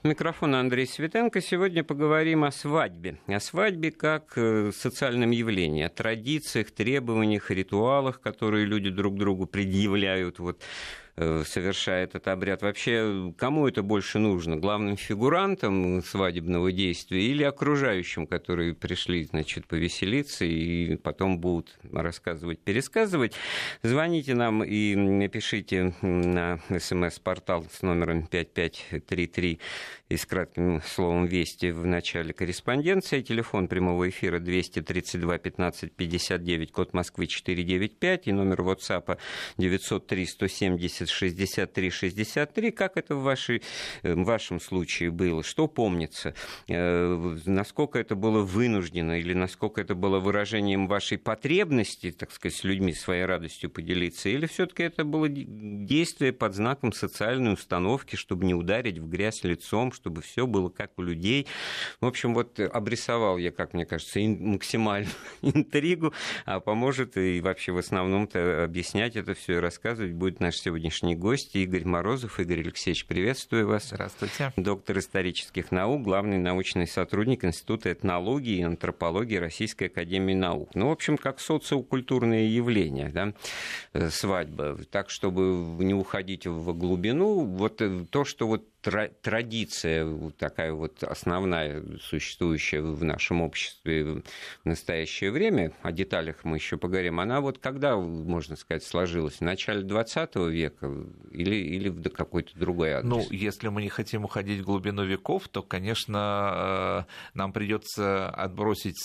Микрофон Андрей Светенко. Сегодня поговорим о свадьбе. О свадьбе как социальном явлении, о традициях, требованиях, ритуалах, которые люди друг другу предъявляют, совершая этот обряд. Вообще, кому это больше нужно? Главным фигурантам свадебного действия или окружающим, которые пришли, повеселиться и потом будут рассказывать, пересказывать? Звоните нам и пишите на СМС-портал с номером 5533 и с кратким словом «Вести» в начале корреспонденции. Телефон прямого эфира 232 15 59, код Москвы 495 и номер WhatsApp 903 170 63 63. Как это в вашем случае было? Что помнится? Насколько это было вынуждено или насколько это было выражением вашей потребности, так сказать, с людьми своей радостью поделиться? Или все-таки это было действие под знаком социальной установки, чтобы не ударить в грязь лицом, чтобы все было как у людей? В общем, обрисовал я, как мне кажется, максимальную интригу, а поможет и вообще в основном-то объяснять это все и рассказывать будет наш сегодняшний гость Игорь Морозов. Игорь Алексеевич, приветствую вас. Здравствуйте. Доктор исторических наук, главный научный сотрудник Института этнологии и антропологии Российской академии наук. В общем, как социокультурное явление, да, свадьба. Так, чтобы не уходить в глубину, то, что традиция такая основная, существующая в нашем обществе в настоящее время, о деталях мы еще поговорим, она когда, можно сказать, сложилась? В начале 20 века или в какой-то другой адрес? Если мы не хотим уходить в глубину веков, то, конечно, нам придется отбросить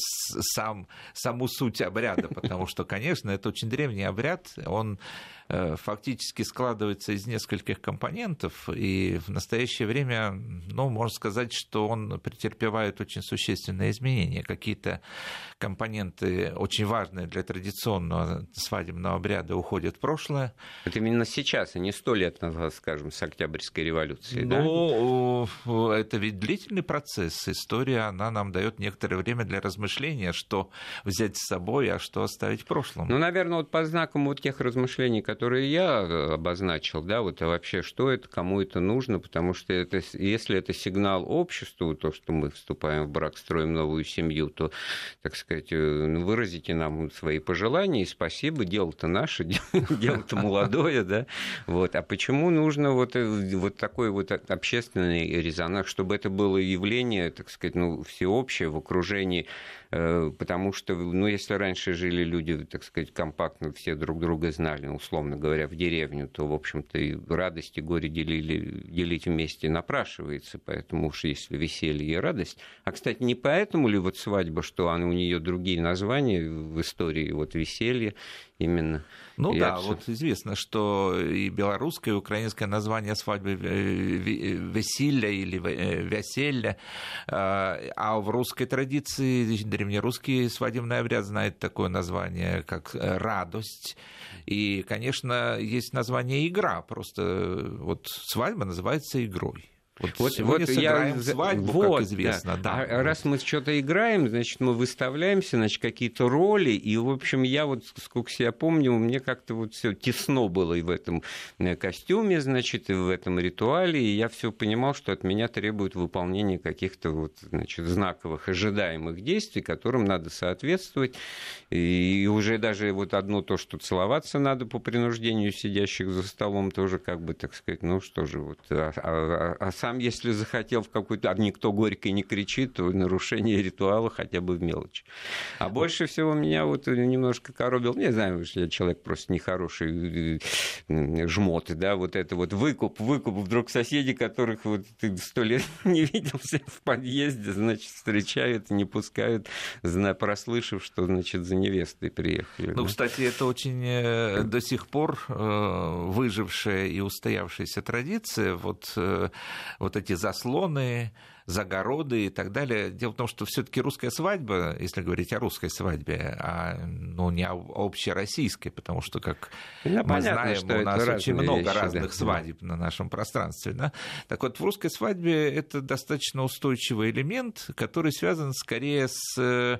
саму суть обряда, потому что, конечно, это очень древний обряд, он фактически складывается из нескольких компонентов, и в настоящее время, можно сказать, что он претерпевает очень существенные изменения. Какие-то компоненты, очень важные для традиционного свадебного обряда, уходят в прошлое. Это именно сейчас, а не 100 лет назад, скажем, с Октябрьской революцией, да? Это ведь длительный процесс. История, она нам дает некоторое время для размышления, что взять с собой, а что оставить в прошлом. Наверное, по знакам тех размышлений, которые я обозначил, да, а вообще, что это, кому это нужно, потому что если это сигнал обществу, то, что мы вступаем в брак, строим новую семью, то, так сказать, выразите нам свои пожелания, и спасибо, дело-то наше, дело-то молодое, да, а почему нужно такой общественный резонанс, чтобы это было явление, так сказать, всеобщее в окружении, потому что, если раньше жили люди, так сказать, компактно, все друг друга знали, условно говоря, в деревню, то, в общем-то, и радость, и горе делить вместе напрашивается, поэтому уж если веселье и радость. А, кстати, не поэтому ли свадьба, что у нее другие названия в истории, веселье именно? Известно, что и белорусское, и украинское название свадьбы веселье или веселье, а в русской традиции древнерусский свадебный обряд знает такое название, как радость. И, конечно, есть название игра, просто свадьба называется игрой. Сегодня сыграем свадьбу, как известно. Да. А раз мы что-то играем, значит, мы выставляемся, какие-то роли, и, в общем, я сколько себя помню, мне как-то все тесно было и в этом костюме, значит, и в этом ритуале, и я все понимал, что от меня требуют выполнения каких-то знаковых, ожидаемых действий, которым надо соответствовать, и уже даже одно то, что целоваться надо по принуждению сидящих за столом, тоже так сказать, что же, сам, если захотел в какую-то... А никто горько не кричит, то нарушение ритуала хотя бы в мелочи. А больше всего меня немножко коробил, не знаю, я человек просто нехороший, жмот, да, это выкуп, вдруг соседи, которых ты 100 лет не виделся в подъезде, значит, встречают, не пускают, прослышав, что, значит, за невестой приехали. Кстати, это очень до сих пор выжившая и устоявшаяся традиция, эти заслоны, загороды и так далее. Дело в том, что все-таки русская свадьба, если говорить о русской свадьбе, не о общероссийской, потому что, как мы знаем, у нас очень много разных свадеб на нашем пространстве. Да? Так вот, в русской свадьбе это достаточно устойчивый элемент, который связан скорее с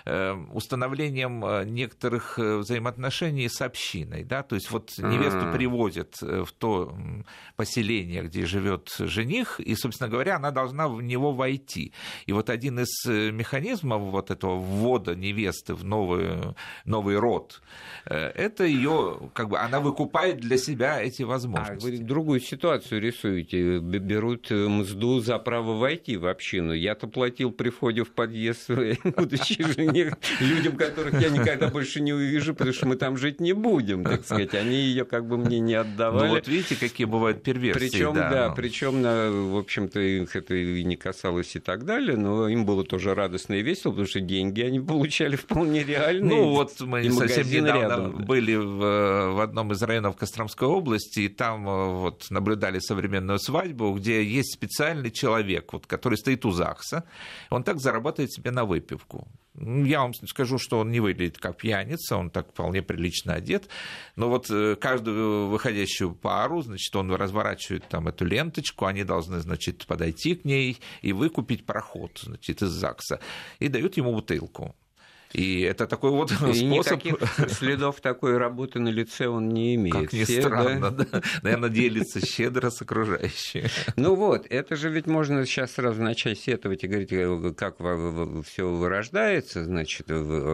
установлением некоторых взаимоотношений с общиной. Да? То есть вот невесту привозят в то поселение, где живет жених, и, собственно говоря, она должна в него войти. И вот один из механизмов вот этого ввода невесты в новый род, это ее, она выкупает для себя эти возможности. Вы другую ситуацию рисуете. Берут мзду за право войти в общину. Я-то платил при входе в подъезд своей будущей жене людям, которых я никогда больше не увижу, потому что мы там жить не будем, так сказать. Они ее мне не отдавали. Ну вот видите, какие бывают перверсии. Причем, в общем-то, их это и не касалось и так далее, но им было тоже радостно и весело, потому что деньги они получали вполне реальные. Ну вот мы совсем недавно были в одном из районов Костромской области, и там вот наблюдали современную свадьбу, где есть специальный человек, который стоит у ЗАГСа, он так зарабатывает себе на выпивку. Я вам скажу, что он не выглядит как пьяница, он так вполне прилично одет, но вот каждую выходящую пару, значит, он разворачивает там эту ленточку, они должны, значит, подойти к ней и выкупить проход, значит, из ЗАГСа, и дают ему бутылку. И это такой вот способ... И никаких следов такой работы на лице он не имеет. Как ни странно, да? Наверное, делится щедро с окружающими. Ну вот, это же ведь можно сейчас сразу начать сетовать и говорить, как все вырождается, значит,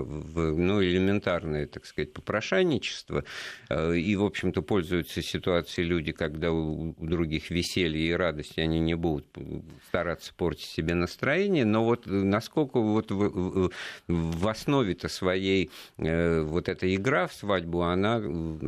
элементарное, так сказать, попрошайничество. И, в общем-то, пользуются ситуацией люди, когда у других веселье и радости, они не будут стараться портить себе настроение. Но вот насколько вот в основе-то своей вот эта игра в свадьбу, она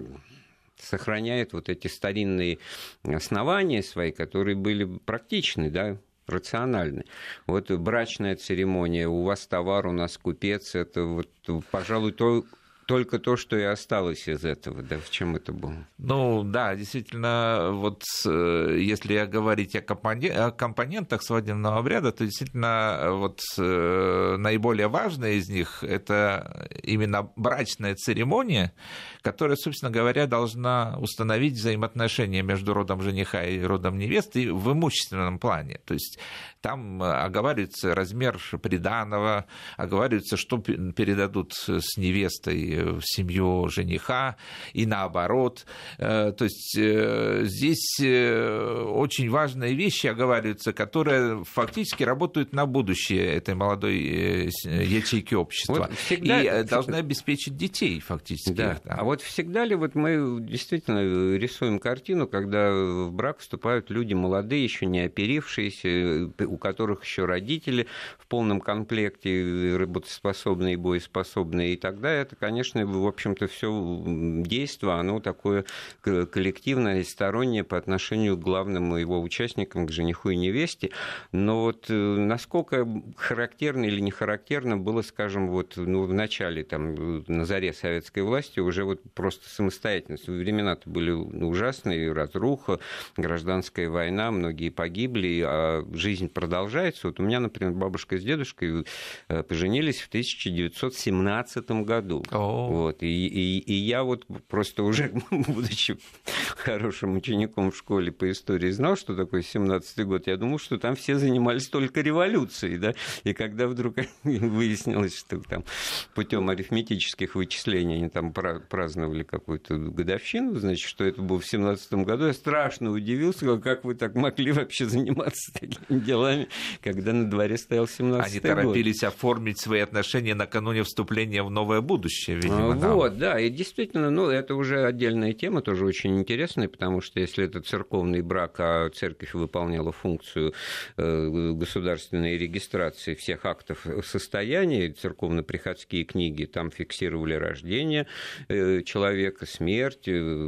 сохраняет вот эти старинные основания свои, которые были практичны, да, рациональны. Вот брачная церемония, у вас товар, у нас купец, это вот, пожалуй, только то, что и осталось из этого, да, в чем это было? Ну, да, действительно, вот если говорить о компонентах свадебного обряда, то действительно вот наиболее важная из них – это именно брачная церемония, которая, собственно говоря, должна установить взаимоотношения между родом жениха и родом невесты в имущественном плане. То есть там оговаривается размер приданого, оговаривается, что передадут с невестой в семью жениха и наоборот. То есть здесь очень важные вещи оговариваются, которые фактически работают на будущее этой молодой ячейки общества. Вот всегда... И должны обеспечить детей фактически. Да. А вот всегда ли вот мы действительно рисуем картину, когда в брак вступают люди молодые, еще не оперившиеся, у которых еще родители в полном комплекте, работоспособные, боеспособные, и тогда это, конечно, в общем-то, все действие, оно такое коллективное и стороннее по отношению к главным его участникам, к жениху и невесте. Но вот насколько характерно или не характерно было, скажем, вот, в начале, там, на заре советской власти уже вот просто самостоятельность. Времена-то были ужасные, разруха, гражданская война, многие погибли, а жизнь продолжается. Вот у меня, например, бабушка с дедушкой поженились в 1917 году. Вот. И я вот просто уже, будучи хорошим учеником в школе по истории, знал, что такое 17-й год. Я думал, что там все занимались только революцией. Да? И когда вдруг выяснилось, что там путем арифметических вычислений они там праздновали какую-то годовщину, значит, что это было в 17-м году, я страшно удивился, сказал, как вы так могли вообще заниматься такими делами, когда на дворе стоял 17-й год. Они торопились оформить свои отношения накануне вступления в новое будущее, видимо. Вот, да, и действительно, это уже отдельная тема, тоже очень интересная, потому что если это церковный брак, а церковь выполняла функцию государственной регистрации всех актов состояния, церковно-приходские книги там фиксировали рождение человека, смерть,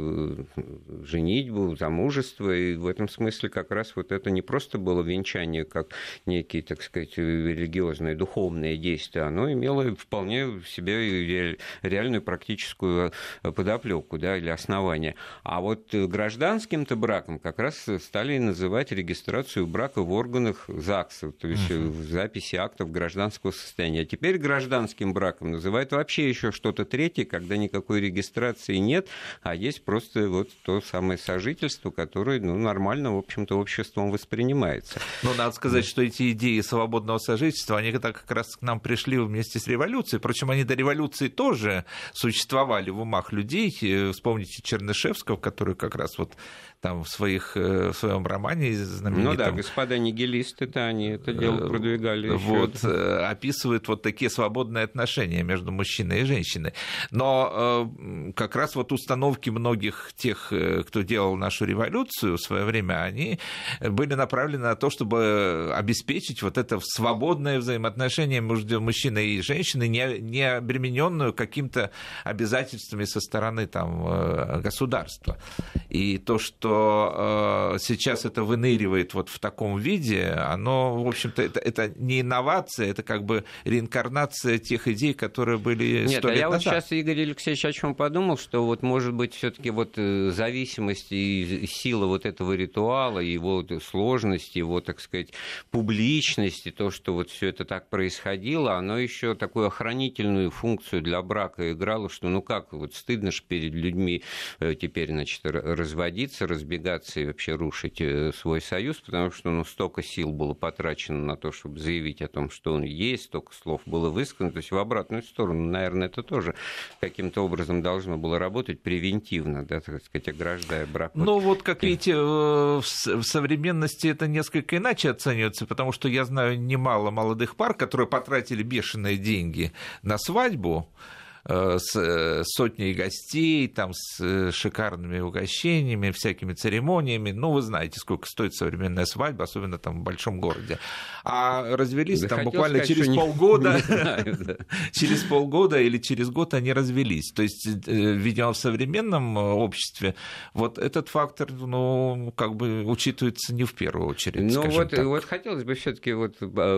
женитьбу, замужество, и в этом смысле как раз вот это не просто было венчание как некие, так сказать, религиозное, духовное действие, оно имело вполне в себе реальную практическую подоплеку, да, или основание. А вот гражданским-то браком как раз стали называть регистрацию брака в органах ЗАГСа, то есть в записи актов гражданского состояния. А теперь гражданским браком называют вообще еще что-то третье, когда никакой регистрации нет, а есть просто вот то самое сожительство, которое, ну, нормально, в общем-то, обществом воспринимается. Ну, надо сказать, что эти идеи свободного сожительства, они как раз к нам пришли вместе с революцией, причем они до революции тоже существовали в умах людей. Вспомните Чернышевского, который как раз вот там в своем романе знаменитом... Ну да, господа нигилисты-то, они это дело продвигали. Вот, описывают вот такие свободные отношения между мужчиной и женщиной. Но как раз вот установки многих тех, кто делал нашу революцию в свое время, они были направлены на то, чтобы обеспечить вот это свободное взаимоотношение между мужчиной и женщиной, не обремененную какими-то обязательствами со стороны там, государства. И то, что сейчас это выныривает вот в таком виде, оно, в общем-то, это не инновация, это как бы реинкарнация тех идей, которые были 100 лет назад. Нет, я вот сейчас, Игорь Алексеевич, о чем подумал, что вот, может быть, все-таки вот зависимость и сила вот этого ритуала, его сложности, его, так сказать, публичности, то, что вот все это так происходило, оно еще такую охранительную функцию для брака играло, что ну как, вот стыдно же перед людьми теперь, значит, разводиться, разбегаться и вообще рушить свой союз, потому что ну, столько сил было потрачено на то, чтобы заявить о том, что он есть, столько слов было высказано, то есть в обратную сторону, наверное, это тоже каким-то образом должно было работать превентивно, да, так сказать, ограждая брак. Ну вот, как видите, в современности это несколько иначе оценивается, потому что я знаю немало молодых пар, которые потратили бешеные деньги на свадьбу, с сотней гостей, там, с шикарными угощениями, всякими церемониями. Ну, вы знаете, сколько стоит современная свадьба, особенно там в большом городе. А развелись да там буквально сказать, через полгода. Через полгода или через год они развелись. То есть, видимо, в современном обществе вот этот фактор, ну, как бы учитывается не в первую очередь. Ну, вот хотелось бы все-таки вот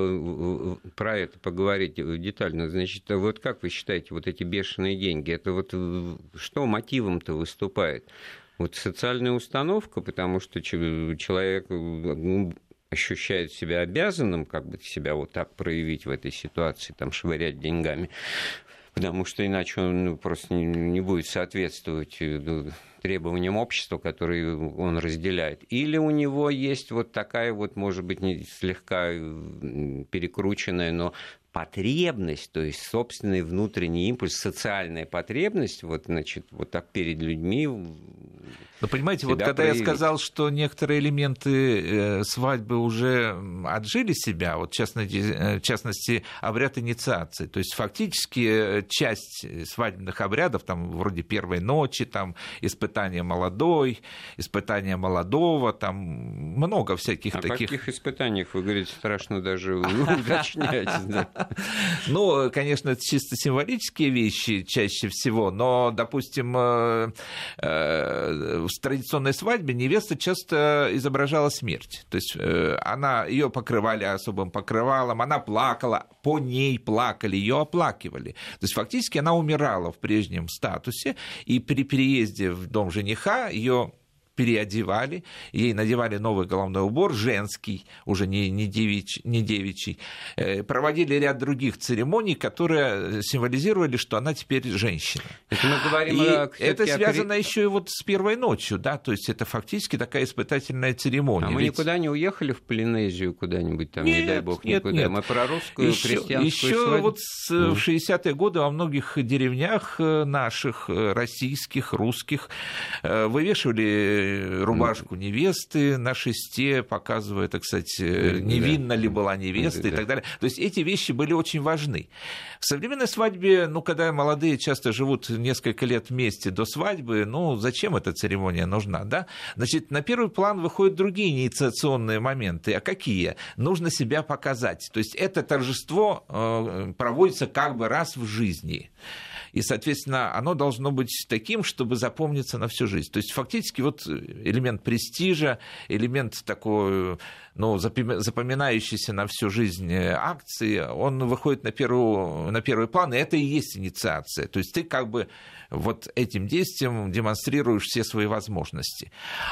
про это поговорить детально. Значит, вот как вы считаете, вот эти бешеные деньги, это вот что мотивом-то выступает? Вот социальная установка, потому что человек ощущает себя обязанным как бы себя вот так проявить в этой ситуации, там, швырять деньгами, потому что иначе он просто не будет соответствовать требованиям общества, которые он разделяет. Или у него есть вот такая вот, может быть, слегка перекрученная, но потребность, то есть собственный внутренний импульс, социальная потребность, вот, значит, вот так перед людьми. Ну, понимаете, вот когда проявить. Я сказал, что некоторые элементы свадьбы уже отжили себя, вот в частности, обряд инициации, то есть фактически часть свадебных обрядов, там, вроде первой ночи, там, испытания молодой, испытания молодого, там, много всяких таких. О каких испытаниях, вы говорите, страшно даже уточнять. Ну, конечно, это чисто символические вещи чаще всего, но, допустим, в традиционной свадьбе невеста часто изображала смерть. То есть ее покрывали особым покрывалом, она плакала, по ней плакали, ее оплакивали. То есть фактически она умирала в прежнем статусе, и при переезде в дом жениха ее переодевали, ей надевали новый головной убор, женский, уже не девичий, проводили ряд других церемоний, которые символизировали, что она теперь женщина. Это мы говорим это связано еще и вот с первой ночью, да, то есть это фактически такая испытательная церемония. А мы никуда не уехали в Полинезию куда-нибудь, там, нет, не дай бог, нет, никуда. Нет. Мы про русскую крестьянскую еще свадьбу. Вот в 60-е годы во многих деревнях наших, российских, русских, вывешивали рубашку невесты на шесте, показывая, так сказать, невинна ли была невеста и так далее. То есть эти вещи были очень важны. В современной свадьбе, ну, когда молодые часто живут несколько лет вместе до свадьбы, ну, зачем эта церемония нужна, да? Значит, на первый план выходят другие инициационные моменты. А какие? Нужно себя показать. То есть это торжество проводится как бы раз в жизни. И, соответственно, оно должно быть таким, чтобы запомниться на всю жизнь. То есть фактически вот элемент престижа, элемент такой, запоминающийся на всю жизнь акции, он выходит на первый план, и это и есть инициация. То есть ты как бы вот этим действием демонстрируешь все свои возможности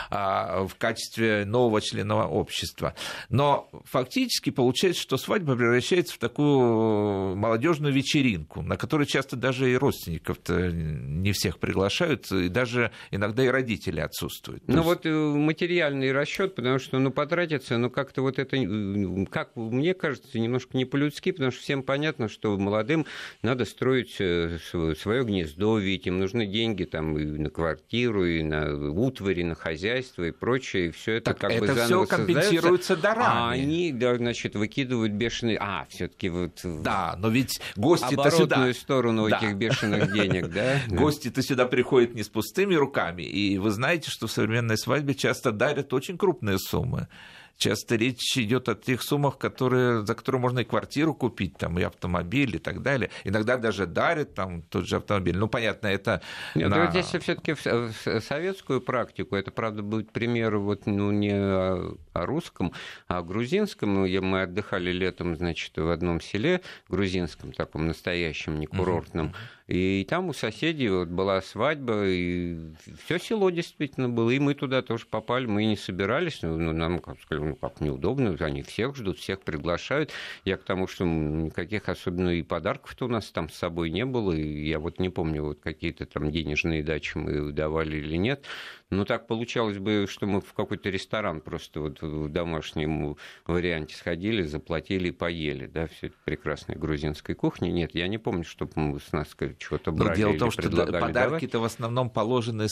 в качестве нового члена общества. Но фактически получается, что свадьба превращается в такую молодежную вечеринку, на которую часто даже и родственников-то не всех приглашают, и даже иногда и родители отсутствуют. Вот материальный расчет, потому что потратиться, как-то вот это, как мне кажется, немножко не по-людски, потому что всем понятно, что молодым надо строить свое гнездо, ведь им нужны деньги там и на квартиру, и на утварь, и на хозяйство, и прочее, и все это так как это бы заново все компенсируется дарами. А они, значит, выкидывают бешеные... все-таки вот... Да, но ведь гости-то оборотную сторону этих бешеных денег, да? Гости-то сюда приходят не с пустыми руками, и вы знаете, что в современной свадьбе часто дарят очень крупные суммы. Часто речь идет о тех суммах, за которые можно и квартиру купить, там, и автомобиль, и так далее. Иногда даже дарят там, тот же автомобиль. Понятно, это... Нет, вот если все-таки в советскую практику, это, правда, будет пример не о русском, а о грузинском. Мы отдыхали летом, значит, в одном селе, грузинском, таком настоящем, не курортном. И там у соседей была свадьба, и все село действительно было. И мы туда тоже попали, мы не собирались, нам сказали, как неудобно, они всех ждут, всех приглашают. Я к тому, что никаких особенно и подарков-то у нас там с собой не было, и я не помню, какие-то там денежные дачи мы давали или нет. Но так получалось бы, что мы в какой-то ресторан просто в домашнем варианте сходили, заплатили и поели, да, все это прекрасной грузинской кухни. Нет, я не помню, чтобы мы с нас чего-то брали. Дело в том, что подарки-то в основном положены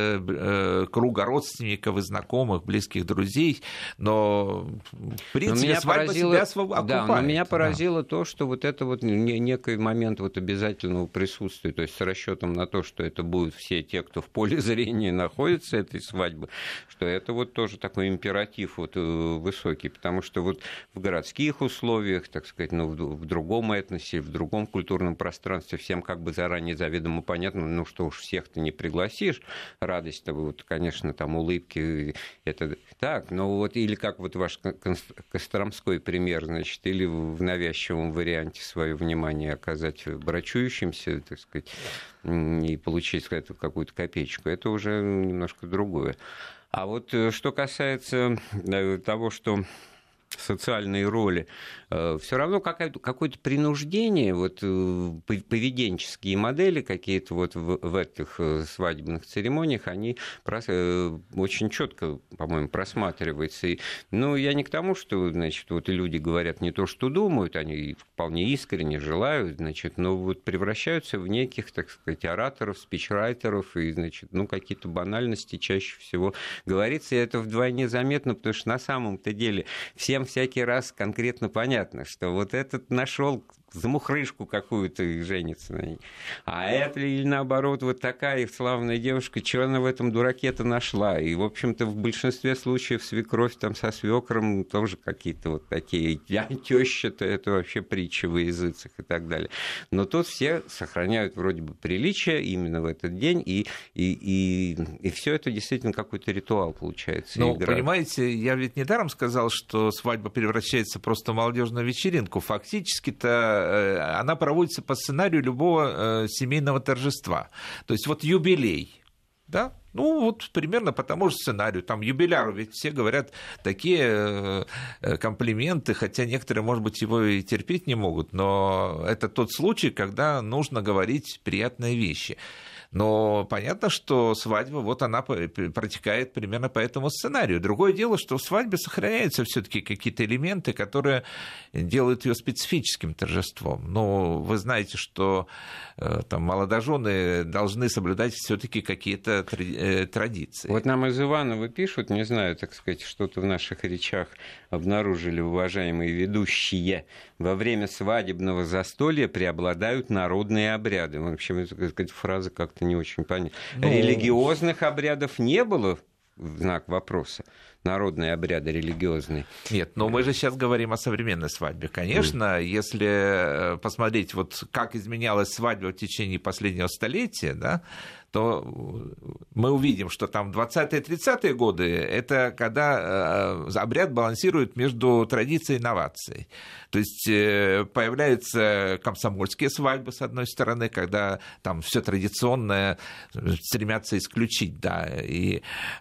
с круга родственников и знакомых, близких друзей, но в принципе свадьба себя окупает. Да, но меня поразило то, что это некий момент обязательного присутствия, то есть с расчетом на то, что это будут все те, кто в поле зрения находится этой свадьбы, что это тоже такой императив высокий, потому что в городских условиях, так сказать, в другом этносе, в другом культурном пространстве всем как бы заранее заведомо понятно, что уж всех ты не пригласишь, радость-то, конечно, там улыбки, это так, но или как ваш костромской пример, значит, или в навязчивом варианте свое внимание оказать брачующимся, так сказать, и получить какую-то копеечку, это уже немножко другое. А что касается того, что социальные роли, все равно какое-то принуждение, поведенческие модели какие-то в этих свадебных церемониях, они очень четко, по-моему, просматриваются. Я не к тому, что, значит, люди говорят не то, что думают, они вполне искренне желают, значит, но превращаются в неких, так сказать, ораторов, спичрайтеров, и, значит, какие-то банальности чаще всего говорится, и это вдвойне заметно, потому что на самом-то деле всем всякий раз конкретно понятно, что этот нашел замухрышку какую-то и женится на ней. А это или наоборот такая славная девушка, что она в этом дураке-то нашла? И, в общем-то, в большинстве случаев свекровь там со свекром тоже какие-то такие. Теща-то это вообще притча во языцах и так далее. Но тут все сохраняют вроде бы приличие именно в этот день, и все это действительно какой-то ритуал получается. Понимаете, я ведь недаром сказал, что свадьба превращается просто в молодежную вечеринку. Фактически-то она проводится по сценарию любого семейного торжества. То есть юбилей, да? Примерно по тому же сценарию. Там юбиляру ведь все говорят такие комплименты, хотя некоторые, может быть, его и терпеть не могут, но это тот случай, когда нужно говорить приятные вещи. Но понятно, что свадьба, она протекает примерно по этому сценарию. Другое дело, что в свадьбе сохраняются все-таки какие-то элементы, которые делают ее специфическим торжеством. Вы знаете, что там молодожены должны соблюдать все-таки какие-то традиции. Нам из Иванова пишут, не знаю, так сказать, что-то в наших речах обнаружили уважаемые ведущие. Во время свадебного застолья преобладают народные обряды. Вообще, фраза как-то не очень понятна. Религиозных обрядов не было, в знак вопроса. народные обряды религиозные. Нет, но мы же сейчас говорим о современной свадьбе. Конечно, если посмотреть, вот как изменялась свадьба в течение последнего столетия, да, то мы увидим, что там 20-30-е годы – это когда обряд балансирует между традицией и инновацией. То есть появляются комсомольские свадьбы, с одной стороны, когда там все традиционное стремятся исключить, да, и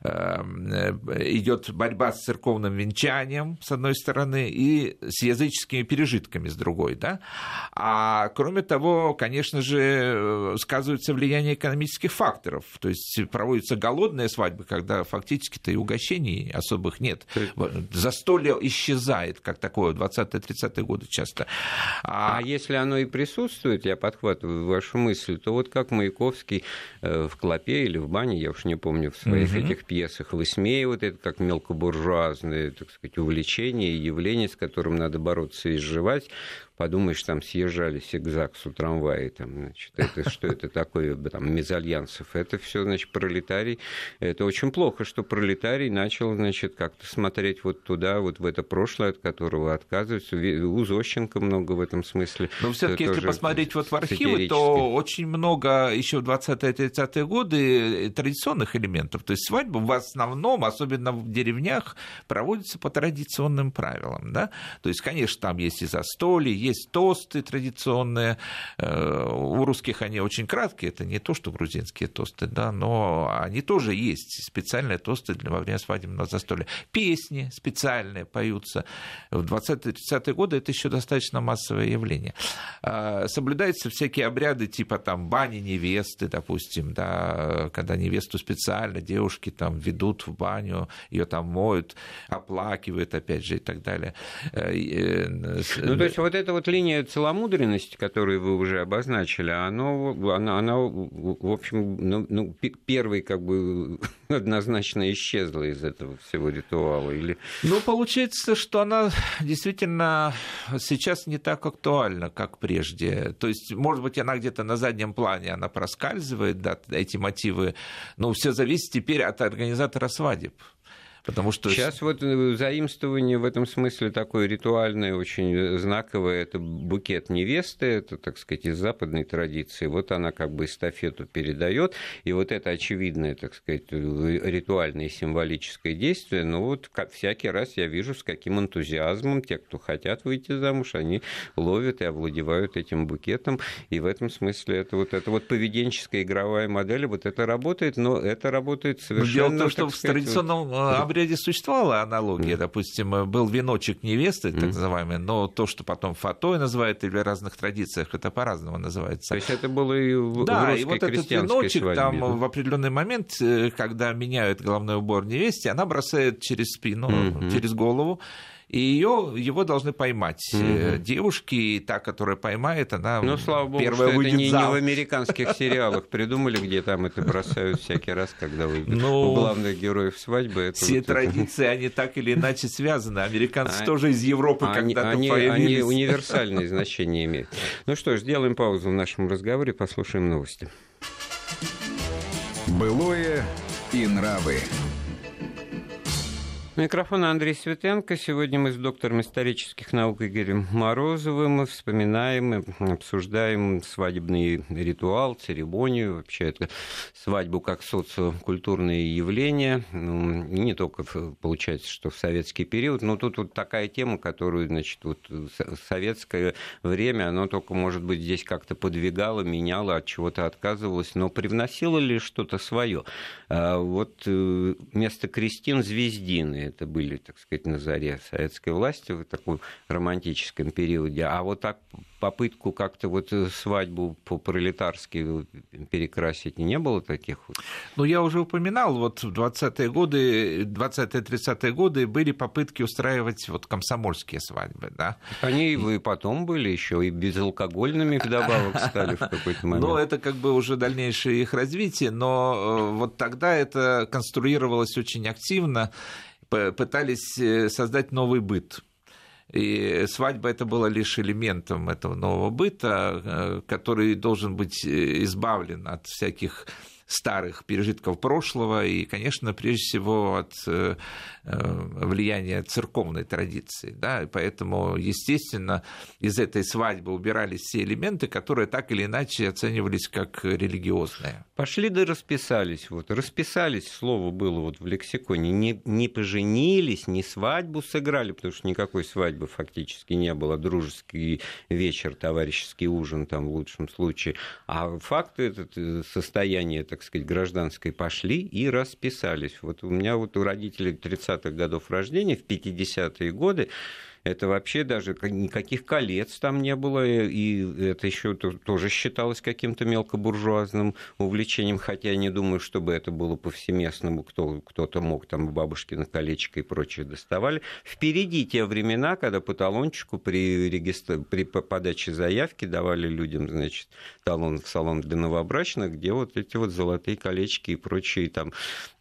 идет борьба с церковным венчанием, с одной стороны, и с языческими пережитками, с другой, да. А кроме того, конечно же, сказывается влияние экономических факторов. То есть проводятся голодные свадьбы, когда фактически-то и угощений особых нет. Застолье исчезает, как такое, в 20-30-е годы часто. А если оно и присутствует, я подхватываю вашу мысль, то вот как Маяковский в «Клопе» или в «Бане», я уж не помню, в своих этих пьесах высмеивает это как мелкобуржуазное, так сказать, увлечение и явление, с которым надо бороться и изживать. Подумаешь, там съезжались к ЗАГСу трамваи, там, значит, это, что это такое, там, мезальянсов, это все, значит, пролетарий. Это очень плохо, что пролетарий начал, значит, как-то смотреть вот туда, вот в это прошлое, от которого отказываются. У Зощенко много в этом смысле. Но все-таки, если посмотреть вот в архивы, то очень много еще в 20-30-е годы традиционных элементов. То есть свадьбы в основном, особенно в деревнях, проводятся по традиционным правилам. Да? То есть, конечно, там есть и застолье, есть тосты традиционные. У русских они очень краткие, это не то, что грузинские тосты, да, но они тоже есть. Специальные тосты во время свадебного застолья. Песни специальные поются. В 20-30-е годы это еще достаточно массовое явление. Соблюдаются всякие обряды типа там бани невесты, допустим, да, когда невесту специально девушки там ведут в баню, ее там моют, оплакивают, опять же, и так далее. Ну, то есть вот эта вот линия целомудренности, которую вы уже обозначили, она в общем, первой как бы однозначно исчезла из этого всего ритуала? Или... Ну, получается, что она действительно сейчас не так актуальна, как прежде. То есть, может быть, она где-то на заднем плане, она проскальзывает, да, эти мотивы, но все зависит теперь от организатора свадеб. Потому что... Сейчас вот заимствование в этом смысле такое ритуальное, очень знаковое, это букет невесты, это, так сказать, из западной традиции. Вот она как бы эстафету передает, и вот это очевидное, так сказать, ритуальное символическое действие, но вот всякий раз я вижу, с каким энтузиазмом те, кто хотят выйти замуж, они ловят и овладевают этим букетом, и в этом смысле это вот поведенческая игровая модель, вот это работает, но это работает совершенно... Дело в том, что в традиционном обряде существовала аналогия, допустим, был веночек невесты, так называемый, но то, что потом фатой называют, или в разных традициях, это по-разному называется. То есть это было и в русской и вот этот веночек, свадьбе, там в определенный момент, когда меняют головной убор невесте, она бросает через спину, через голову, и его должны поймать девушки, и та, которая поймает, она слава богу, первая что выйдет это не в американских сериалах придумали, где там это бросают всякий раз, когда выйдут у главных героев свадьбы. Все традиции, они так или иначе связаны. Американцы тоже из Европы когда-то появились. Они универсальное значение имеют. Ну что ж, сделаем паузу в нашем разговоре, послушаем новости. Былое и нравы. Микрофон Андрей Светенко. Сегодня мы с доктором исторических наук Игорем Морозовым вспоминаем, обсуждаем свадебный ритуал, церемонию, вообще это свадьбу как социокультурное явление. Не только, получается, что в советский период, но тут вот такая тема, которую, значит, вот советское время, оно только, может быть, здесь как-то подвигало, меняло, от чего-то отказывалось, но привносило ли что-то свое? Вот вместо крестин звездины. Это были, так сказать, на заре советской власти в таком романтическом периоде. А вот так попытку как-то вот свадьбу по-пролетарски перекрасить не было таких? Ну, я уже упоминал, вот в 20-е годы, 20-30-е годы были попытки устраивать вот комсомольские свадьбы, да. Они и потом были еще и безалкогольными вдобавок стали в какой-то момент. Ну, это как бы уже дальнейшее их развитие, но вот тогда это конструировалось очень активно, пытались создать новый быт. И свадьба это было лишь элементом этого нового быта, который должен быть избавлен от всяких старых пережитков прошлого и, конечно, прежде всего от влияния церковной традиции. Да? И поэтому, естественно, из этой свадьбы убирались все элементы, которые так или иначе оценивались как религиозные. Пошли да расписались. Вот. Расписались, слово было вот в лексиконе. Не поженились, не свадьбу сыграли, потому что никакой свадьбы фактически не было. Дружеский вечер, товарищеский ужин там в лучшем случае. А факты, это состояние, так сказать, гражданское, пошли и расписались. Вот у меня вот у родителей 30-х годов рождения, в 50-е годы, это вообще даже никаких колец там не было, и это еще тоже считалось каким-то мелкобуржуазным увлечением, хотя я не думаю, чтобы это было повсеместным, кто-то мог там бабушкино колечко и прочее доставали. Впереди те времена, когда по талончику при подаче заявки давали людям, значит, талон в салон для новобрачных, где вот эти вот золотые колечки и прочие там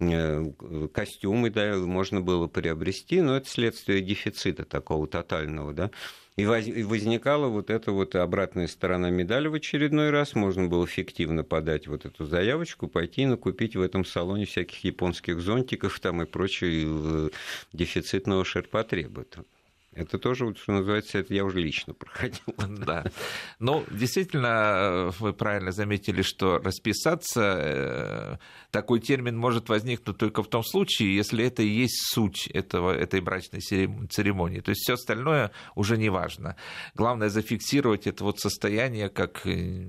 костюмы, да, можно было приобрести, но это следствие дефицита такого тотального, да, и возникала вот эта вот обратная сторона медали в очередной раз, можно было фиктивно подать вот эту заявочку, пойти и накупить в этом салоне всяких японских зонтиков там и прочего дефицитного ширпотреба. Это тоже, вот, что называется, это я уже лично проходил. Да. Ну, действительно, вы правильно заметили, что расписаться, такой термин может возникнуть только в том случае, если это и есть суть этой брачной церемонии. То есть все остальное уже не важно. Главное зафиксировать это вот состояние как...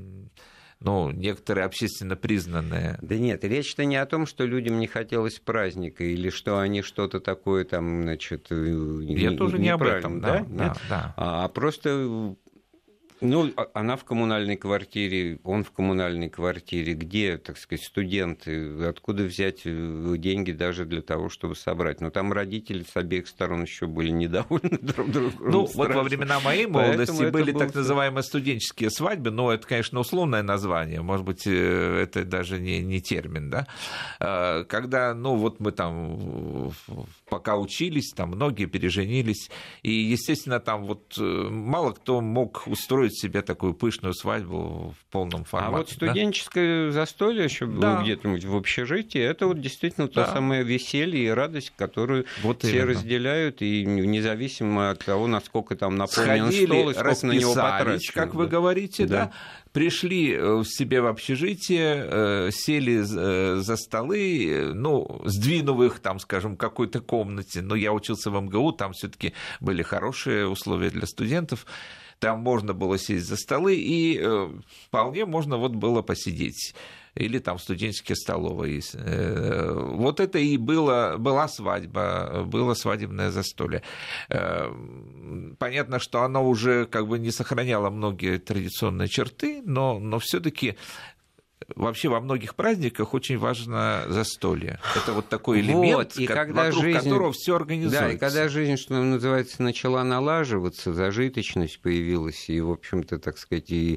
некоторые общественно признанные. Да нет, речь-то не о том, что людям не хотелось праздника, или что они что-то такое там, значит, я тоже не об этом, да? А просто... она в коммунальной квартире, он в коммунальной квартире, где, так сказать, студенты, откуда взять деньги даже для того, чтобы собрать? Но там родители с обеих сторон еще были недовольны друг другом. Вот во времена моей молодости были так называемые студенческие свадьбы, но это, конечно, условное название, может быть, это даже не термин, да? Когда, мы там пока учились, там многие переженились, и, естественно, там вот мало кто мог устроить себе такую пышную свадьбу в полном формате. А вот студенческое застолье еще было где-то в общежитии, это вот действительно то самое веселье и радость, которую все разделяют, и независимо от того, насколько там наполнен стол и сколько на него потрачено. Как вы говорите, да? Пришли в себе в общежитие, сели за столы, сдвинув их, там, скажем, в какой-то комнате. Но я учился в МГУ, там все-таки были хорошие условия для студентов. Там можно было сесть за столы, и вполне можно было посидеть. Или там студенческие столовые. Вот это и была свадьба, было свадебное застолье. Понятно, что оно уже как бы не сохраняло многие традиционные черты, но все-таки вообще во многих праздниках очень важно застолье. Это вот такой элемент, вокруг которого все организуется. Да, и когда жизнь, что называется, начала налаживаться, зажиточность появилась, и, в общем-то, так сказать, и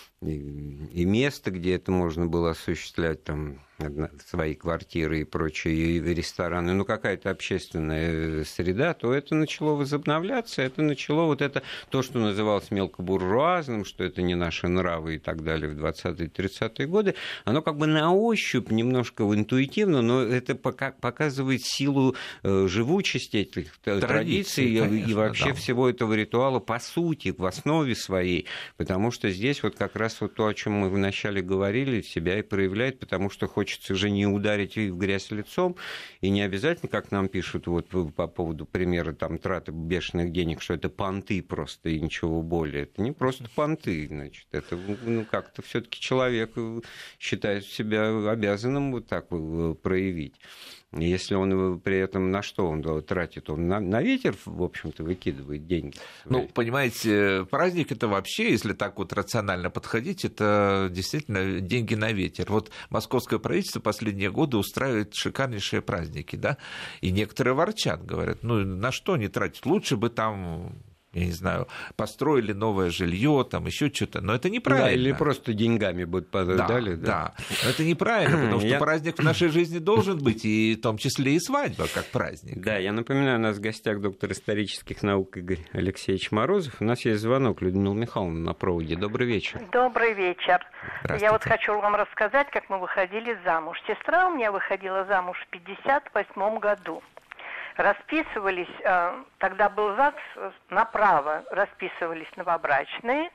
место, где это можно было осуществлять, там, свои квартиры и прочие, и рестораны, какая-то общественная среда, то это начало возобновляться, это начало вот это, то, что называлось мелкобуржуазным, что это не наши нравы и так далее в 20-30-е годы, оно как бы на ощупь, немножко интуитивно, но это показывает силу живучести этих традиций конечно, и вообще всего этого ритуала по сути, в основе своей, потому что здесь вот как раз вот то, о чем мы вначале говорили, себя и проявляет, потому что хочется же не ударить в грязь лицом, и не обязательно, как нам пишут вот по поводу примера там, траты бешеных денег, что это понты просто и ничего более. Это не просто понты, значит, это как-то все-таки человек считает себя обязанным вот так проявить. Если он при этом на что он тратит? Он на ветер, в общем-то, выкидывает деньги. Понимаете, праздник это вообще, если так вот рационально подходить, это действительно деньги на ветер. Вот московское правительство последние годы устраивает шикарнейшие праздники, да, и некоторые ворчат, говорят, на что они тратят? Лучше бы там я не знаю, построили новое жилье, там еще что-то, но это неправильно. Да, или просто деньгами будут подали. Да. Но это неправильно, потому что праздник в нашей жизни должен быть, и в том числе и свадьба как праздник. Да, я напоминаю, у нас в гостях доктор исторических наук Игорь Алексеевич Морозов. У нас есть звонок, Людмила Михайловна на проводе. Добрый вечер. Добрый вечер. Я вот хочу вам рассказать, как мы выходили замуж. Сестра у меня выходила замуж в 1958 году. Расписывались, тогда был ЗАГС, направо расписывались новобрачные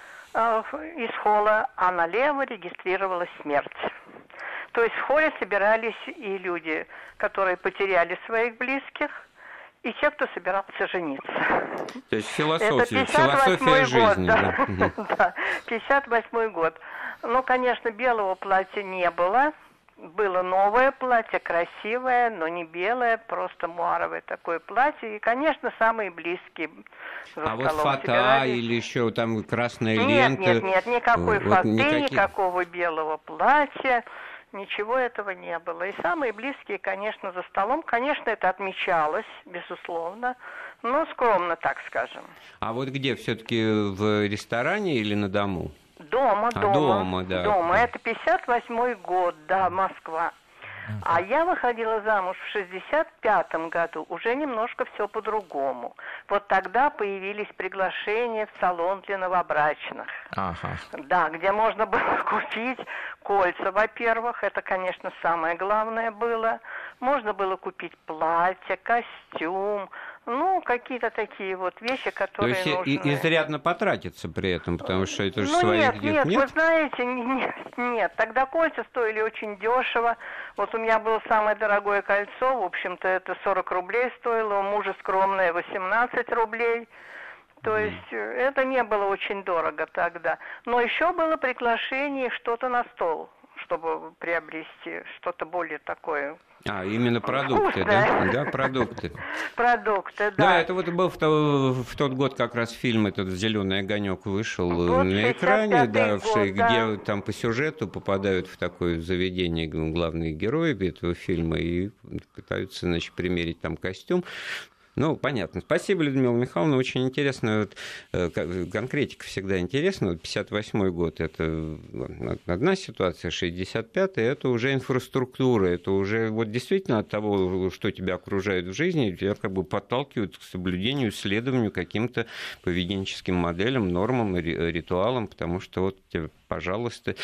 из холла, а налево регистрировалась смерть. То есть в холле собирались и люди, которые потеряли своих близких, и те, кто собирался жениться. То есть философия год, жизни. Да, 58-й год. Ну, конечно, белого платья не было. Было новое платье, красивое, но не белое, просто муаровое такое платье. И, конечно, самые близкие за столом вот фата собирались. Или еще там красная лента? Нет, никакой фаты, никакого белого платья. Ничего этого не было. И самые близкие, конечно, за столом. Конечно, это отмечалось, безусловно, но скромно, так скажем. А вот где? Все-таки в ресторане или на дому? Дома. Да. Дома. Это 58-й год, да, Москва. А я выходила замуж в 65-м году. Уже немножко все по-другому. Вот тогда появились приглашения в салон для новобрачных. Ага. Да, где можно было купить кольца, во-первых. Это, конечно, самое главное было. Можно было купить платье, костюм. Ну, какие-то такие вот вещи, которые нужны. То есть изрядно потратиться при этом, потому что это же своих нет, вы знаете, нет. Тогда кольца стоили очень дешево. Вот у меня было самое дорогое кольцо, в общем-то, это 40 рублей стоило, у мужа скромное 18 рублей. То есть это не было очень дорого тогда. Но еще было приглашение что-то на стол, чтобы приобрести что-то более такое. Именно продукты, да? Да, продукты. Продукты, да. Да, это вот был в тот год как раз фильм этот «Зеленый огонек» вышел на экране, да, где там по сюжету попадают в такое заведение главные герои этого фильма и пытаются, значит, примерить там костюм. Ну, понятно. Спасибо, Людмила Михайловна. Очень интересно. Конкретика всегда интересна. 58-й год – это одна ситуация, 65-й – это уже инфраструктура. Это уже вот действительно от того, что тебя окружает в жизни, тебя как бы подталкивают к соблюдению, исследованию каким-то поведенческим моделям, нормам, ритуалам, потому что вот тебе, пожалуйста,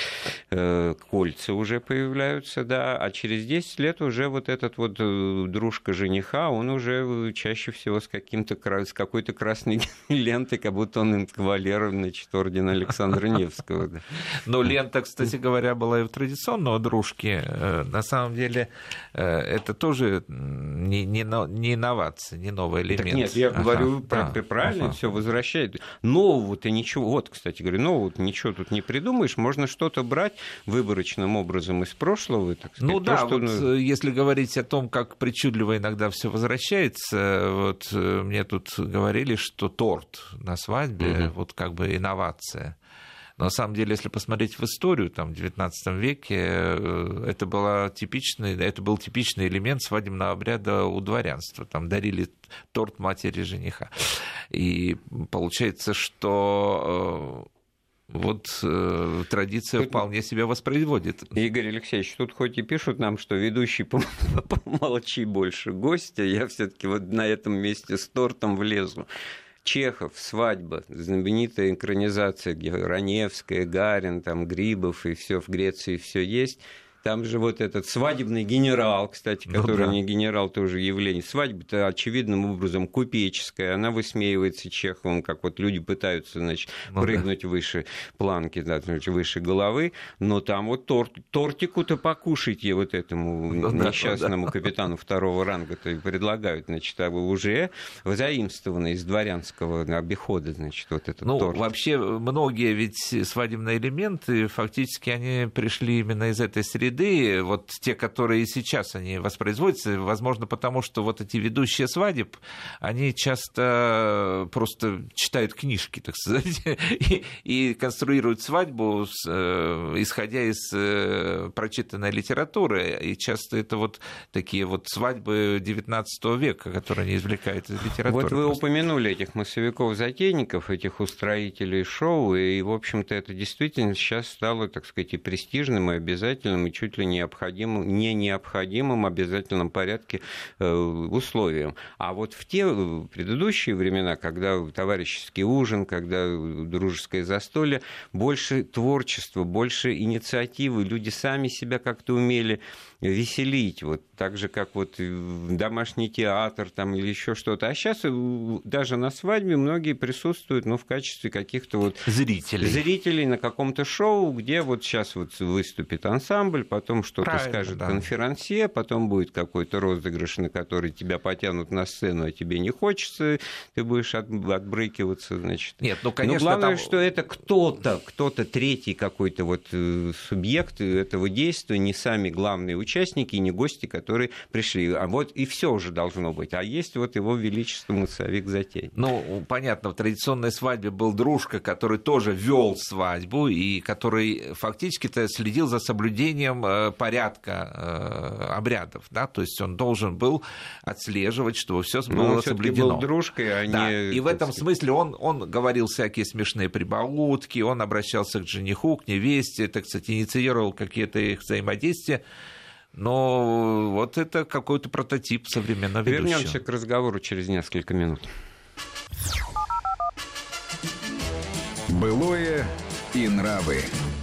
кольца уже появляются, да, а через 10 лет уже вот этот вот дружка жениха, он уже чаще всего с какой-то красной лентой, как будто он кавалер, значит, ордена Александра Невского. Да. Но лента, кстати говоря, была и в традиционного дружки. На самом деле это тоже не инновация, не новый элемент. Так нет, я говорю правильно, все возвращает. Нового-то ничего, вот, кстати говоря, нового-то ничего тут не придумаешь, можно что-то брать выборочным образом из прошлого. Так сказать, ну да, вот если говорить о том, как причудливо иногда все возвращается, вот мне тут говорили, что торт на свадьбе, вот как бы инновация. Но на самом деле, если посмотреть в историю, там, в XIX веке, это был типичный элемент свадебного обряда у дворянства. Там дарили торт матери жениха. И получается, что вот традиция вполне себя воспроизводит. Игорь Алексеевич, тут хоть и пишут нам, что ведущий помолчи больше гостя, я все-таки вот на этом месте с тортом влезу. Чехов, «Свадьба», знаменитая экранизация, где Раневская, Гарин, там, Грибов и все в Греции все есть. Там же вот этот свадебный генерал, кстати, который не генерал, тоже явление. Свадьба-то очевидным образом купеческая, она высмеивается Чеховым, как вот люди пытаются, значит, прыгнуть выше планки, да, значит, выше головы, но там вот тортику-то покушайте вот этому несчастному капитану второго ранга-то предлагают, значит, уже заимствованный из дворянского обихода, значит, вот этот торт. Вообще многие ведь свадебные элементы, фактически они пришли именно из этой среды, ряды, вот те, которые сейчас они воспроизводятся, возможно, потому что вот эти ведущие свадеб, они часто просто читают книжки, так сказать, и конструируют свадьбу, исходя из прочитанной литературы, и часто это вот такие вот свадьбы XIX века, которые они извлекают из литературы. Вот вы упомянули этих массовиков-затейников, этих устроителей шоу, и, в общем-то, это действительно сейчас стало, так сказать, и престижным, и обязательным, и чуть ли необходимым, не необходимым в обязательном порядке условием. А вот в те предыдущие времена, когда товарищеский ужин, когда дружеское застолье, больше творчества, больше инициативы, люди сами себя как-то умели веселить, вот так же, как вот домашний театр там, или еще что-то. А сейчас даже на свадьбе многие присутствуют, в качестве каких-то вот зрителей на каком-то шоу, где вот сейчас вот выступит ансамбль, потом что-то скажет конферансье, потом будет какой-то розыгрыш, на который тебя потянут на сцену, а тебе не хочется, ты будешь отбрыкиваться, значит. Нет, конечно, но главное, что это кто-то третий какой-то вот субъект этого действия, не сами главные участники, не гости, которые пришли. А вот и все уже должно быть. А есть вот его величество массовик-затейник. Понятно, в традиционной свадьбе был дружка, который тоже вел свадьбу и который фактически-то следил за соблюдением порядка обрядов, да, то есть он должен был отслеживать, чтобы все было соблюдено. Был дружкой, И в этом смысле он говорил всякие смешные прибаутки, он обращался к жениху, к невесте, так сказать, инициировал какие-то их взаимодействия. Но вот это какой-то прототип современного ведущего. Вернемся к разговору через несколько минут. Былое и нравы.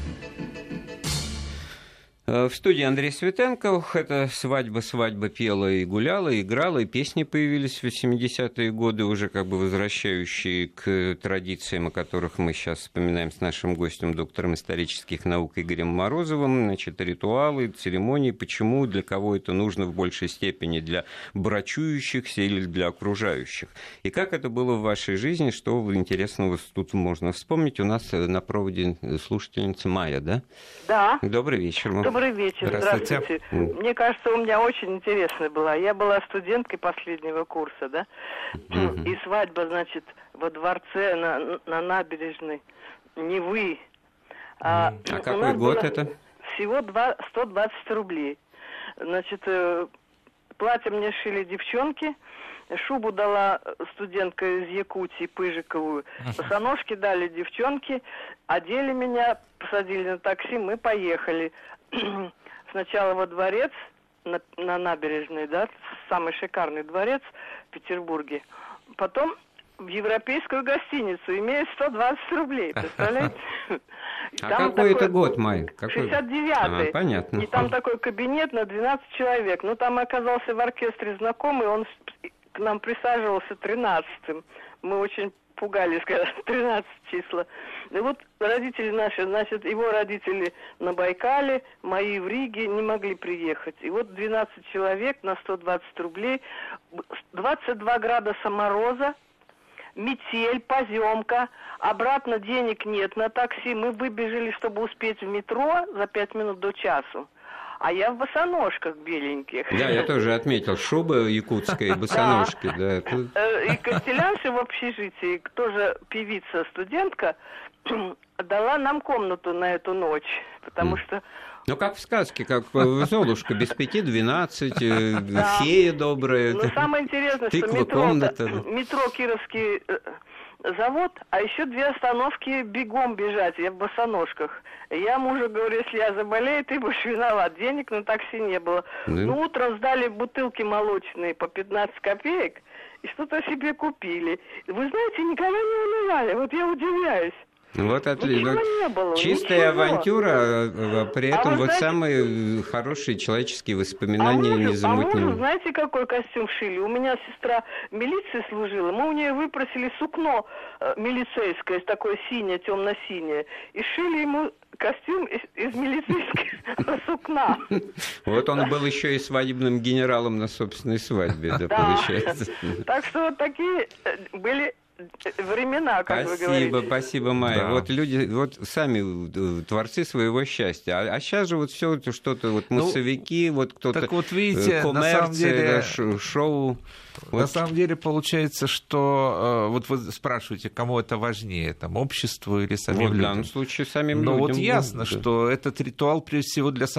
В студии Андрей Светенко. Это «Свадьба» пела и гуляла, играла, и песни появились в 80-е годы, уже как бы возвращающие к традициям, о которых мы сейчас вспоминаем с нашим гостем, доктором исторических наук Игорем Морозовым. Значит, ритуалы, церемонии, почему, для кого это нужно в большей степени, для брачующихся или для окружающих. И как это было в вашей жизни, что интересного тут можно вспомнить. У нас на проводе слушательница Майя, да? Да. Добрый вечер. Добрый вечер, здравствуйте. Мне кажется, у меня очень интересная была. Я была студенткой последнего курса, да, и свадьба, значит, во дворце на набережной Невы. А какой год это? Всего 120 рублей. Значит, платье мне шили девчонки, шубу дала студентка из Якутии, Пыжиковую, босоножки дали девчонки, одели меня, посадили на такси, мы поехали. Сначала во дворец, на набережной, да, самый шикарный дворец в Петербурге. Потом в европейскую гостиницу, имея 120 рублей, представляете? А какой это год, Май? 69-й. Понятно. И там такой кабинет на 12 человек. Ну, там оказался в оркестре знакомый, он к нам присаживался 13-м. Мы очень пугались, когда 13 числа. И вот родители наши, значит, его родители на Байкале, мои в Риге не могли приехать. И вот 12 человек на 120 рублей, 22 градуса мороза, метель, поземка, обратно денег нет на такси. Мы выбежали, чтобы успеть в метро за 5 минут до часу. А я в босоножках беленьких. Да, я тоже отметил. Шуба якутская, босоножки. Да. И Костелянша в общежитии, тоже певица, студентка, дала нам комнату на эту ночь, потому что... Ну, как в сказке, как Золушка, без 5:12, фея добрая. Но самое интересное, что метро Кировский завод, а еще 2 остановки бегом бежать, я в босоножках. Я мужу говорю, если я заболею, ты будешь виноват. Денег на такси не было. Ну, утром сдали бутылки молочные по 15 копеек и что-то себе купили. Вы знаете, никого не унывали, вот я удивляюсь. Вот отлично. Чистая авантюра, при этом вот самые хорошие человеческие воспоминания незамутненные. А мужу, знаете, какой костюм шили? У меня сестра в милиции служила, мы у нее выпросили сукно милицейское, такое синее, темно-синее, и шили ему костюм из милицейского сукна. Вот он был еще и свадебным генералом на собственной свадьбе, да, получается. Так что вот такие были времена, как вы говорите. Спасибо, Майя. Да. Вот люди, вот сами творцы своего счастья. А сейчас же вот все это что-то, вот массовики, вот кто-то, так вот видите, коммерция, на самом деле, шоу. На Вот. самом деле получается, что вот вы спрашиваете, кому это важнее, там, обществу или самим Вот в людям? данном случае самим Но людям. вот ясно, да. что этот ритуал, прежде всего, для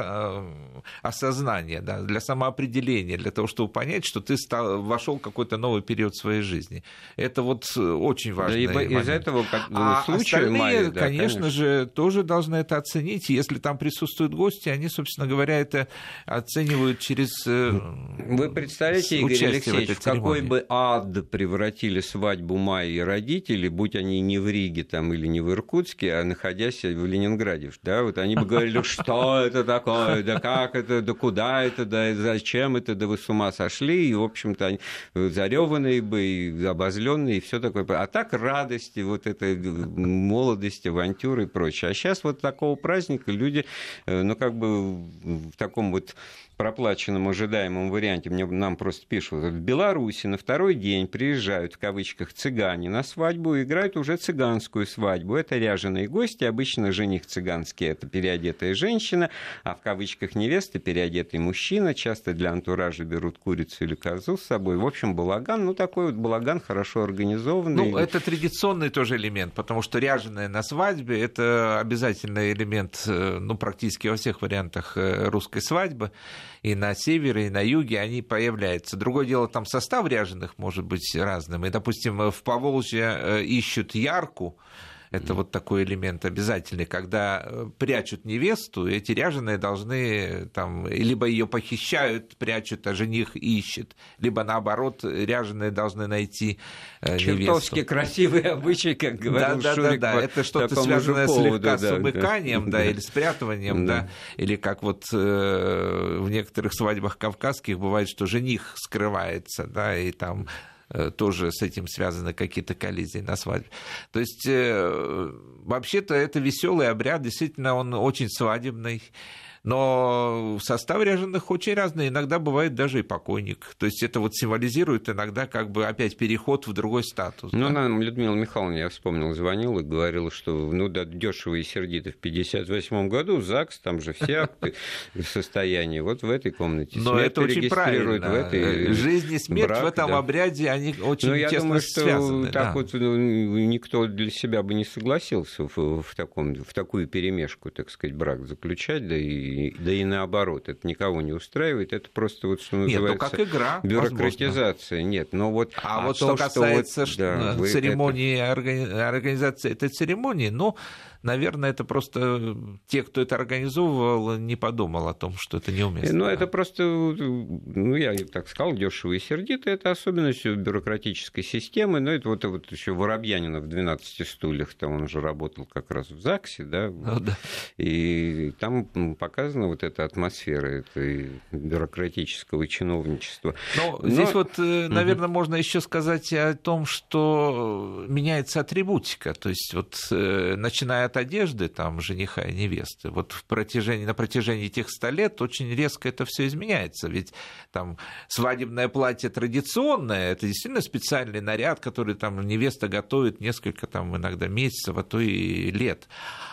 самоосознания, да, для самоопределения, для того, чтобы понять, что ты вошел в какой-то новый период своей жизни. Это вот очень важный момент. Из этого случая остальные, Майя, да, конечно же, тоже должны это оценить. И если там присутствуют гости, они, собственно говоря, это оценивают через Вы представляете, Игорь Алексеевич, в какой бы ад превратили свадьбу Майи и родители, будь они не в Риге там, или не в Иркутске, а находясь в Ленинграде. Да? Вот они бы говорили, что это такое, да как это, да куда это, да зачем это, да вы с ума сошли. И, в общем-то, они зареванные бы, и обозленные, и все такое. А так радости, вот этой молодости, авантюры и прочее. А сейчас вот такого праздника люди, ну, как бы в таком вот проплаченном ожидаемом варианте, нам просто пишут, в Беларуси на второй день приезжают, в кавычках, цыгане на свадьбу и играют уже цыганскую свадьбу. Это ряженые гости, обычно жених цыганский, это переодетая женщина, а в кавычках невеста переодетый мужчина, часто для антуража берут курицу или козу с собой. В общем, балаган, ну такой вот балаган хорошо организованный. Ну, это традиционный тоже элемент, потому что ряженая на свадьбе – это обязательный элемент, ну, практически во всех вариантах русской свадьбы. И на севере, и на юге они появляются. Другое дело, там состав ряженых может быть разным. И, допустим, в Поволжье ищут ярку. Это вот такой элемент обязательный, когда прячут невесту, эти ряженые должны там, либо ее похищают, прячут, а жених ищет, либо наоборот, ряженые должны найти невесту. Чертовски красивый обычай, как говорил Шурик. Да, это что-то связанное слегка с умыканием, да, или спрятыванием, да, или как вот в некоторых свадьбах кавказских бывает, что жених скрывается, да, и там тоже с этим связаны какие-то коллизии на свадьбе. То есть, вообще-то, это веселый обряд, действительно, он очень свадебный. Но состав ряженых очень разный, иногда бывает даже и покойник. То есть это вот символизирует иногда как бы опять переход в другой статус. Ну, да? нам Людмила Михайловна, я вспомнил, звонила и говорила, что ну да, дешево и сердито в 1958 году ЗАГС, там же все акты в состоянии. Вот в этой комнате но смерть это очень правильно. В этой жизнь и смерть брак, в этом да. обряде, они очень я тесно думаю, что связаны. так да. вот никто для себя бы не согласился в такую перемешку, так сказать, брак заключать, да и наоборот. Это никого не устраивает, это просто вот, что называется, нет, как игра, бюрократизация. Возможно. Нет, но вот... вот что касается вот, церемонии, организации этой церемонии, ну, наверное, это просто те, кто это организовывал, не подумал о том, что это неуместно. Ну, это просто, ну, я так сказал, дешево и сердито, это особенность бюрократической системы, но это вот еще Воробьянинов в «12 стульях», там он же работал как раз в ЗАГСе, да, Ну, да. И там показана вот эта атмосфера этой бюрократического чиновничества. Но здесь вот, наверное, можно еще сказать о том, что меняется атрибутика, то есть вот начиная от одежды там, жениха и невесты, вот на протяжении тех 100 лет очень резко это все изменяется, ведь там свадебное платье традиционное, это действительно специальный наряд, который там невеста готовит несколько там иногда месяцев, а то и лет.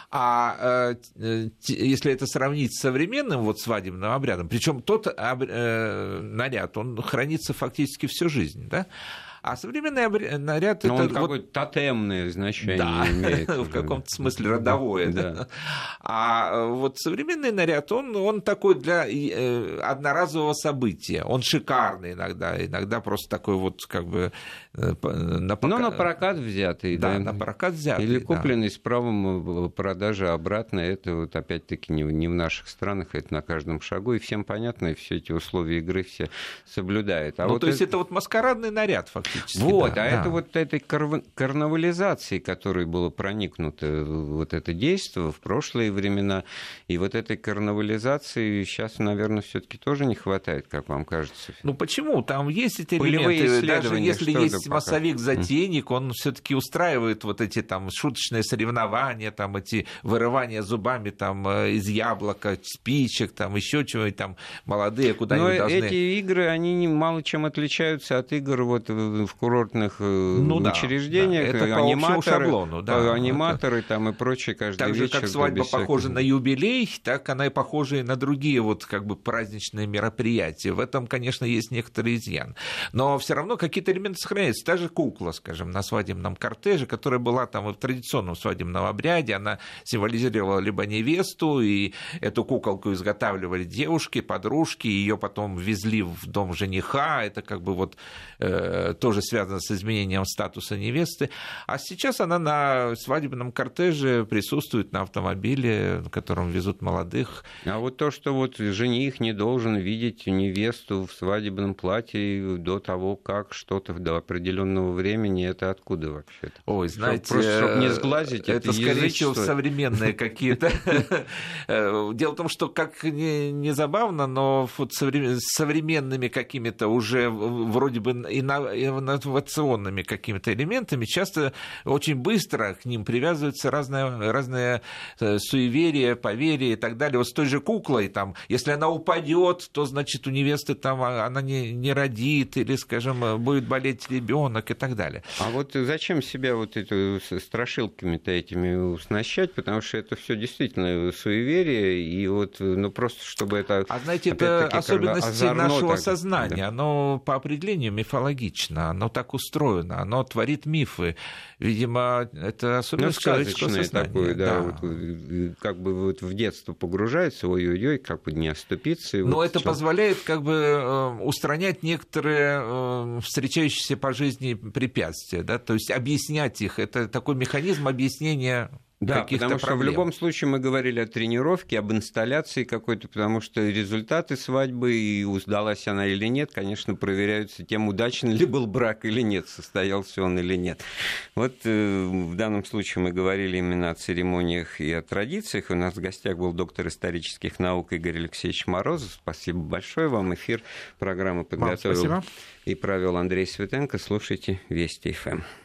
А если это сравнить с современным вот свадебным обрядом, причем тот наряд, он хранится фактически всю жизнь, да? А современный наряд... Но это он какое-то тотемное значение имеет. В каком-то смысле родовое. Да. А вот современный наряд, он такой для одноразового события. Он шикарный иногда просто такой вот как бы... На прокат взятый. Да, на прокат взятый. Или купленный с правом продажи обратно. Это вот опять-таки не в наших странах, это на каждом шагу. И всем понятно, и все эти условия игры все соблюдают. Ну, то есть это вот маскарадный наряд фактически. Вот, да, это вот этой карнавализации, которой было проникнуто вот это действие в прошлые времена, и вот этой карнавализации сейчас, наверное, все-таки тоже не хватает, как вам кажется? Ну почему? Там есть эти элементы. Даже если есть массовик-затейник, он все-таки устраивает вот эти там шуточные соревнования, там эти вырывания зубами там из яблока, спичек, там еще чего-нибудь там молодые куда-нибудь должны. Но эти игры, они мало чем отличаются от игр вот в курортных учреждениях, это по общему шаблону, аниматоры там и прочее каждый так вечер. Так же, как свадьба похожа на юбилей, так она и похожа и на другие вот как бы праздничные мероприятия. В этом, конечно, есть некоторый изъян. Но все равно какие-то элементы сохраняются. Та же кукла, скажем, на свадебном кортеже, которая была там и в традиционном свадебном обряде, она символизировала либо невесту, и эту куколку изготавливали девушки, подружки, ее потом везли в дом жениха, это как бы вот тоже связано с изменением статуса невесты. А сейчас она на свадебном кортеже присутствует на автомобиле, в котором везут молодых. А вот то, что вот жених не должен видеть невесту в свадебном платье до того, как что-то до определенного времени, это откуда вообще-то? Ой, знаете, просто чтобы не сглазить, это скорее всего современные какие-то. Дело в том, что как не забавно, но вот с современными какими-то уже вроде бы инновационными какими-то элементами часто очень быстро к ним привязываются разные суеверия, поверья и так далее. Вот с той же куклой, там, если она упадет, то значит у невесты там она не родит или, скажем, будет болеть ребенок и так далее. А вот зачем себя вот страшилками-то этими уснащать, потому что это все действительно суеверие, и вот, просто чтобы это... А знаете, это особенности нашего сознания, да. Оно по определению мифологично, оно так устроено, оно творит мифы. Видимо, это особенность человеческого сознания. Такое, да. Вот, как бы вот в детство погружается, ой-ой-ой, как бы не оступиться. Но вот это позволяет как бы устранять некоторые встречающиеся по жизни препятствия, да, то есть объяснять их. Это такой механизм объяснения. Да, потому что в любом случае мы говорили о тренировке, об инсталляции какой-то, потому что результаты свадьбы, и удалась она или нет, конечно, проверяются тем, удачный ли был брак или нет, состоялся он или нет. Вот в данном случае мы говорили именно о церемониях и о традициях. У нас в гостях был доктор исторических наук Игорь Алексеевич Морозов. Спасибо большое вам. Эфир программы подготовил и провел Андрей Светенко. Слушайте Вести ФМ.